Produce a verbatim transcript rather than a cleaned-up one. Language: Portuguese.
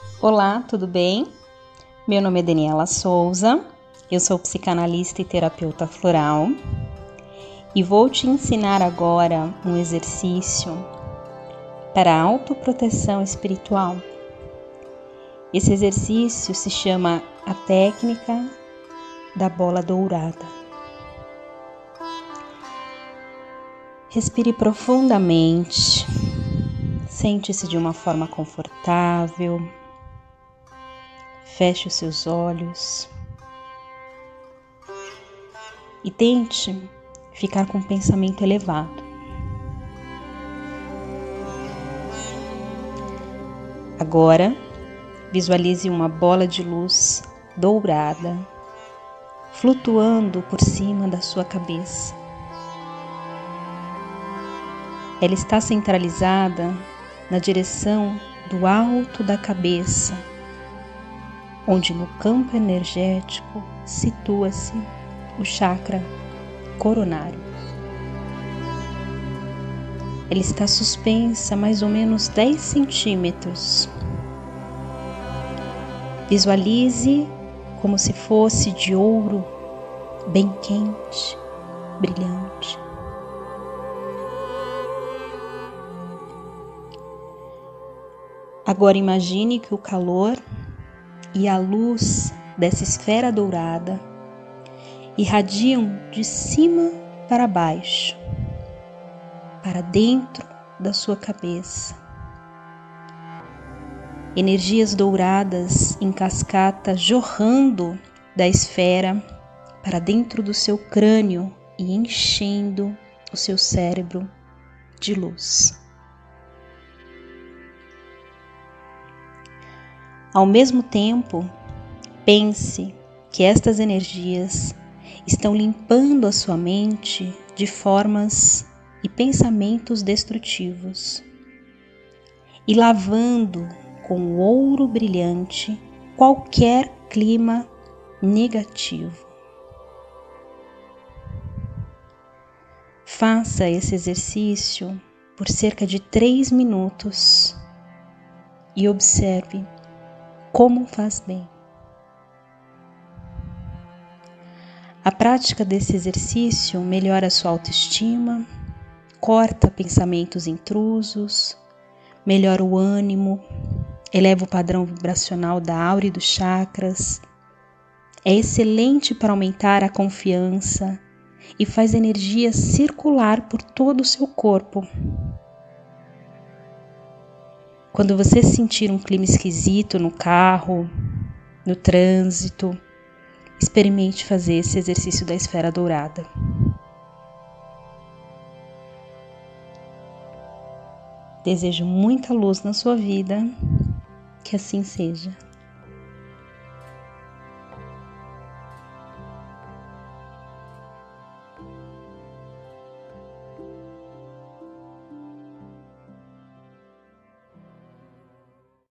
Olá, tudo bem? Meu nome é Daniela Souza, eu sou psicanalista e terapeuta floral e vou te ensinar agora um exercício para autoproteção espiritual. Esse exercício se chama a técnica da bola dourada. Respire profundamente, sente-se de uma forma confortável, feche os seus olhos e tente ficar com um pensamento elevado. Agora, visualize uma bola de luz dourada flutuando por cima da sua cabeça. Ela está centralizada na direção do alto da cabeça, onde no campo energético situa-se o chakra coronário. Ela está suspensa a mais ou menos dez centímetros. Visualize como se fosse de ouro, bem quente, brilhante. Agora imagine que o calor e a luz dessa esfera dourada irradiam de cima para baixo, para dentro da sua cabeça. Energias douradas em cascata jorrando da esfera para dentro do seu crânio e enchendo o seu cérebro de luz. Ao mesmo tempo, pense que estas energias estão limpando a sua mente de formas e pensamentos destrutivos e lavando com ouro brilhante qualquer clima negativo. Faça esse exercício por cerca de três minutos e observe como faz bem. A prática desse exercício melhora a sua autoestima, corta pensamentos intrusos, melhora o ânimo, eleva o padrão vibracional da aura e dos chakras, é excelente para aumentar a confiança e faz energia circular por todo o seu corpo. Quando você sentir um clima esquisito no carro, no trânsito, experimente fazer esse exercício da esfera dourada. Desejo muita luz na sua vida, que assim seja.